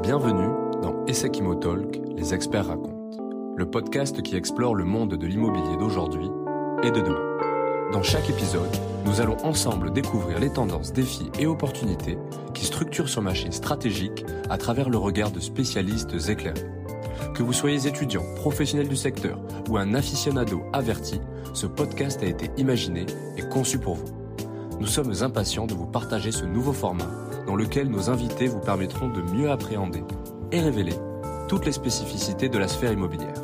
Bienvenue dans ESSEC ImmoTalk, les experts racontent, le podcast qui explore le monde de l'immobilier d'aujourd'hui et de demain. Dans chaque épisode, nous allons ensemble découvrir les tendances, défis et opportunités qui structurent ce marché stratégique à travers le regard de spécialistes éclairés. Que vous soyez étudiant, professionnel du secteur ou un aficionado averti, ce podcast a été imaginé et conçu pour vous. Nous sommes impatients de vous partager ce nouveau format dans lequel nos invités vous permettront de mieux appréhender et révéler toutes les spécificités de la sphère immobilière.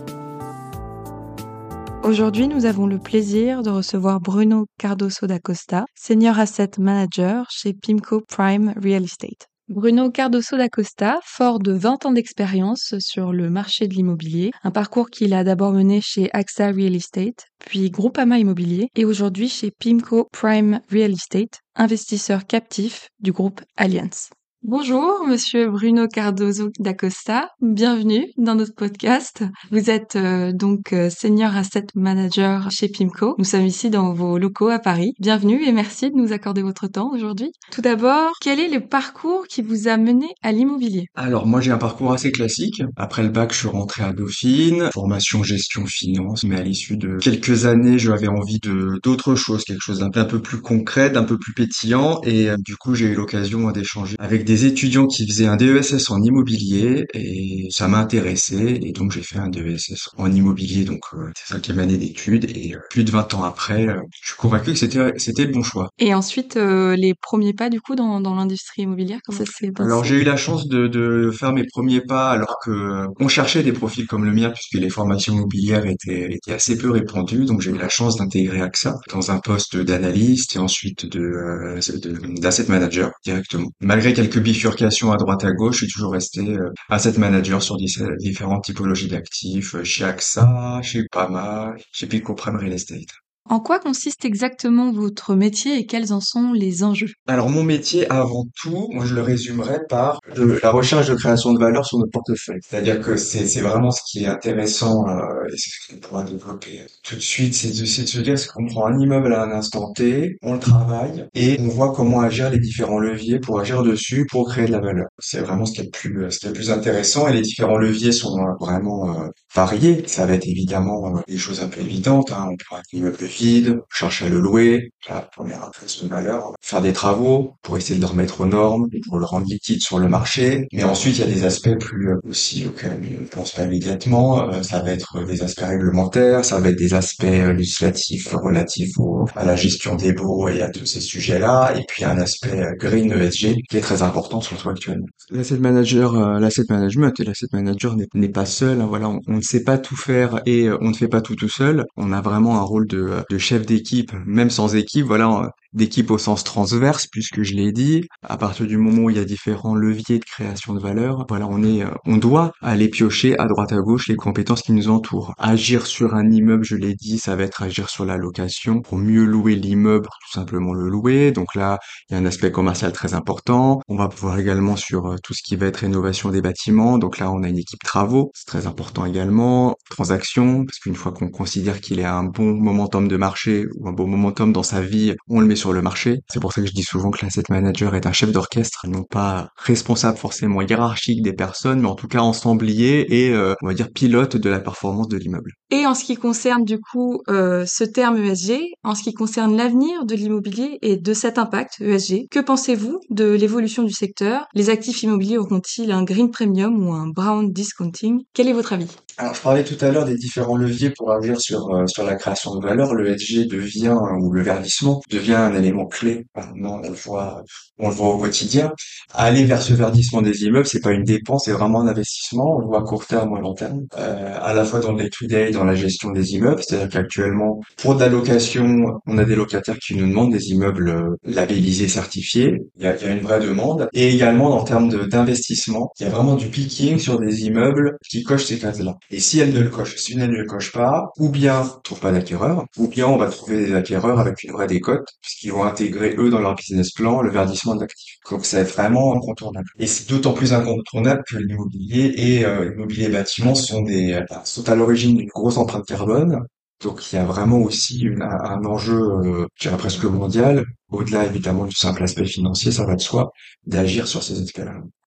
Aujourd'hui, nous avons le plaisir de recevoir Bruno Cardoso da Costa, Senior Asset Manager chez PIMCO Prime Real Estate. Bruno Cardoso da Costa, fort de 20 ans d'expérience sur le marché de l'immobilier, un parcours qu'il a d'abord mené chez AXA Real Estate, puis Groupama Immobilier, et aujourd'hui chez PIMCO Prime Real Estate, investisseur captif du groupe Allianz. Bonjour, monsieur Bruno Cardoso da Costa, bienvenue dans notre podcast. Vous êtes Senior Asset Manager chez PIMCO. Nous sommes ici dans vos locaux à Paris. Bienvenue et merci de nous accorder votre temps aujourd'hui. Tout d'abord, quel est le parcours qui vous a mené à l'immobilier? Alors moi j'ai un parcours assez classique. Après le bac, je suis rentré à Dauphine, formation gestion finance, mais à l'issue de quelques années, j'avais envie de d'autre chose, quelque chose d'un peu plus concret, d'un peu plus pétillant, et du coup j'ai eu l'occasion d'échanger avec des étudiants qui faisaient un DESS en immobilier, et ça m'a intéressé, et donc j'ai fait un DESS en immobilier, donc c'est 5e année d'études, et plus de 20 ans après, je suis convaincu que c'était le bon choix. Et ensuite, les premiers pas du coup dans l'industrie immobilière, comment ça s'est Alors passé? j'ai eu la chance de faire mes premiers pas alors que on cherchait des profils comme le mien puisque les formations immobilières étaient assez peu répandues, donc j'ai eu la chance d'intégrer AXA dans un poste d'analyste et ensuite d'asset manager directement. Malgré quelques bifurcations à droite à gauche, je suis toujours resté asset manager sur différentes typologies d'actifs chez AXA, chez PAMA, chez PIMCO Prime Real Estate. En quoi consiste exactement votre métier et quels en sont les enjeux? Alors mon métier, avant tout, moi je le résumerais par la recherche de création de valeur sur notre portefeuille. C'est-à-dire que c'est vraiment ce qui est intéressant et c'est ce qu'on pourra développer tout de suite, c'est de se dire c'est qu'on prend un immeuble à un instant T, on le travaille et on voit comment agir les différents leviers pour agir dessus pour créer de la valeur. C'est vraiment ce qui est le plus intéressant et les différents leviers sont vraiment variés. Ça va être évidemment des choses un peu évidentes, hein. On prend un immeuble vide, on cherche à le louer, la première création de valeur, faire des travaux pour essayer de le remettre aux normes, pour le rendre liquide sur le marché. Mais ensuite, il y a des aspects plus aussi auxquels on ne pense pas immédiatement. Ça va être des aspects réglementaires, ça va être des aspects législatifs relatifs à la gestion des baux et à tous ces sujets-là. Et puis un aspect green ESG qui est très important surtout actuellement. L'asset management et l'asset manager n'est pas seul, hein, voilà, on ne sait pas tout faire et on ne fait pas tout seul. On a vraiment un rôle de chef d'équipe, même sans équipe, voilà, d'équipe au sens transverse, puisque je l'ai dit, à partir du moment où il y a différents leviers de création de valeur, voilà, on doit aller piocher à droite à gauche les compétences qui nous entourent. Agir sur un immeuble, je l'ai dit, ça va être agir sur la location pour mieux louer l'immeuble, tout simplement le louer. Donc là, il y a un aspect commercial très important. On va pouvoir également sur tout ce qui va être rénovation des bâtiments. Donc là, on a une équipe travaux, c'est très important également. Transactions, parce qu'une fois qu'on considère qu'il est à un bon momentum de marché ou un bon momentum dans sa vie, on le met sur le marché. C'est pour ça que je dis souvent que l'asset manager est un chef d'orchestre, non pas responsable forcément hiérarchique des personnes, mais en tout cas ensemblier et on va dire pilote de la performance de l'immeuble. Et en ce qui concerne du coup ce terme ESG, en ce qui concerne l'avenir de l'immobilier et de cet impact ESG, que pensez-vous de l'évolution du secteur? Les actifs immobiliers auront-ils un green premium ou un brown discounting? Quel est votre avis? Alors, je parlais tout à l'heure des différents leviers pour agir sur la création de valeur. Le ESG devient, ou le verdissement, devient un élément clé. Maintenant, on le voit au quotidien. Aller vers ce verdissement des immeubles, c'est pas une dépense, c'est vraiment un investissement. On le voit à court terme ou à long terme. À la fois dans le day-to-day, dans la gestion des immeubles. C'est-à-dire qu'actuellement, pour de la location, on a des locataires qui nous demandent des immeubles labellisés, certifiés. Il y a une vraie demande. Et également, en termes d'investissement, il y a vraiment du picking sur des immeubles qui cochent ces cases-là. Et si elle ne le coche, si elle ne le coche pas, ou bien on trouve pas d'acquéreur, ou bien on va trouver des acquéreurs avec une vraie décote, puisqu'ils vont intégrer eux dans leur business plan le verdissement de l'actif. Donc c'est vraiment incontournable. Et c'est d'autant plus incontournable que l'immobilier et l'immobilier bâtiment sont à l'origine d'une grosse empreinte carbone. Donc il y a vraiment aussi un enjeu, je dirais presque mondial, au-delà évidemment du simple aspect financier, ça va de soi, d'agir sur ces aspects-là.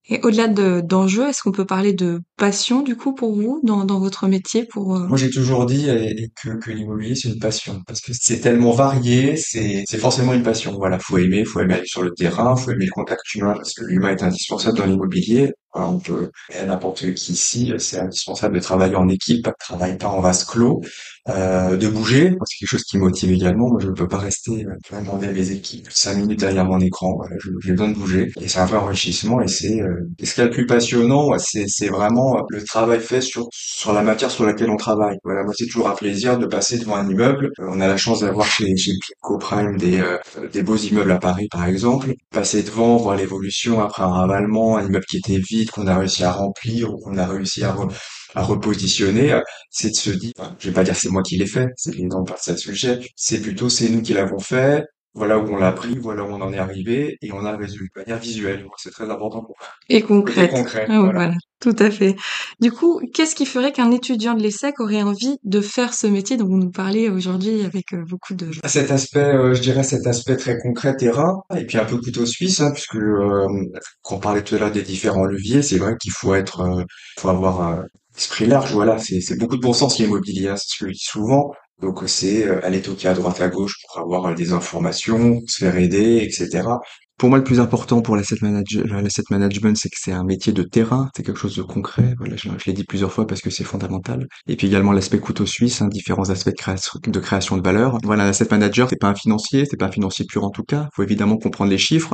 Et au-delà d'enjeux, est-ce qu'on peut parler de passion du coup pour vous dans votre métier pour Moi, j'ai toujours dit que l'immobilier, c'est une passion. Parce que c'est tellement varié, c'est forcément une passion. Voilà, faut aimer aller sur le terrain, faut aimer le contact humain, parce que l'humain est indispensable dans l'immobilier. Voilà, on peut, et n'importe qui ici, c'est indispensable de travailler en équipe, de travailler pas en vase clos, de bouger. Moi, c'est quelque chose qui me motive également. Moi, je ne peux pas rester vraiment avec mes équipes 5 minutes derrière mon écran. Voilà, j'ai besoin de bouger. Et c'est un vrai enrichissement. Et ce qui est le plus passionnant, ouais, c'est vraiment le travail fait sur la matière sur laquelle on travaille. Voilà, moi, c'est toujours un plaisir de passer devant un immeuble. On a la chance d'avoir chez Pimco Prime des beaux immeubles à Paris, par exemple. Passer devant, voir l'évolution après un ravalement, un immeuble qui était vide, qu'on a réussi à remplir ou qu'on a réussi à repositionner, c'est de se dire, enfin, je vais pas dire c'est moi qui l'ai fait, c'est évidemment pas ça le sujet, c'est plutôt c'est nous qui l'avons fait, voilà où on l'a pris, voilà où on en est arrivé, et on a le résultat de manière visuelle. Donc, c'est très important pour et côté concrète? concret, Ah oui, voilà. voilà, tout à fait. Du coup, qu'est-ce qui ferait qu'un étudiant de l'ESSEC aurait envie de faire ce métier dont vous nous parlez aujourd'hui avec beaucoup de joie? Cet aspect, je dirais cet aspect très concret terrain, et puis un peu couteau suisse, hein, puisque quand on parlait tout à l'heure des différents leviers, c'est vrai qu'il faut avoir esprit large. Voilà, c'est beaucoup de bon sens l'immobilier, hein, c'est ce que je dis souvent. Donc c'est aller toquer à droite à gauche pour avoir des informations, se faire aider, etc. Pour moi, le plus important pour l'asset management, c'est que c'est un métier de terrain, c'est quelque chose de concret. Voilà, je l'ai dit plusieurs fois parce que c'est fondamental. Et puis également l'aspect couteau suisse, hein, différents aspects de création de valeur. Voilà, un asset manager, c'est pas un financier pur en tout cas. Il faut évidemment comprendre les chiffres,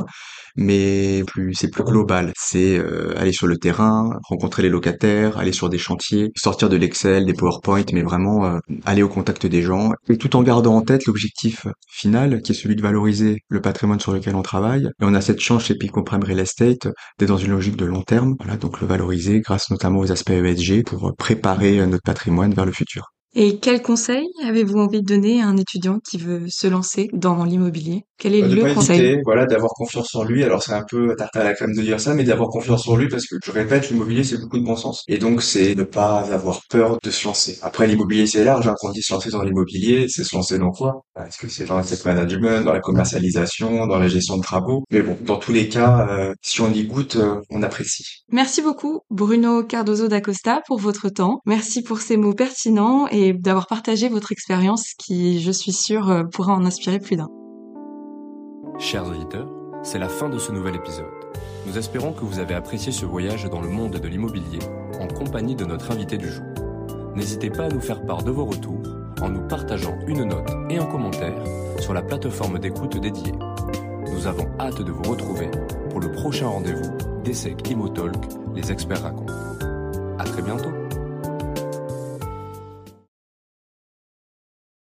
mais c'est plus global. C'est aller sur le terrain, rencontrer les locataires, aller sur des chantiers, sortir de l'Excel, des PowerPoint, mais vraiment aller au contact des gens, et tout en gardant en tête l'objectif final, qui est celui de valoriser le patrimoine sur lequel on travaille. Et on a cette chance chez Pimco Prime Real Estate d'être dans une logique de long terme, voilà, donc le valoriser grâce notamment aux aspects ESG pour préparer notre patrimoine vers le futur. Et quel conseil avez-vous envie de donner à un étudiant qui veut se lancer dans l'immobilier? Quel est De le pas conseil? hésiter, voilà, d'avoir confiance en lui. Alors c'est un peu tarte à la crème de dire ça, mais d'avoir confiance en lui parce que je répète, l'immobilier c'est beaucoup de bon sens. Et donc c'est ne pas avoir peur de se lancer. Après l'immobilier c'est large, hein, quand on dit se lancer dans l'immobilier, c'est se lancer dans quoi? Est-ce que c'est dans l'asset management, dans la commercialisation, dans la gestion de travaux? Mais bon, dans tous les cas, si on y goûte, on apprécie. Merci beaucoup, Bruno Cardoso da Costa, pour votre temps. Merci pour ces mots pertinents et d'avoir partagé votre expérience qui, je suis sûre, pourra en inspirer plus d'un. Chers auditeurs, c'est la fin de ce nouvel épisode. Nous espérons que vous avez apprécié ce voyage dans le monde de l'immobilier en compagnie de notre invité du jour. N'hésitez pas à nous faire part de vos retours en nous partageant une note et un commentaire sur la plateforme d'écoute dédiée. Nous avons hâte de vous retrouver pour le prochain rendez-vous d'ESSEC ImmoTalk, les experts racontent. À très bientôt.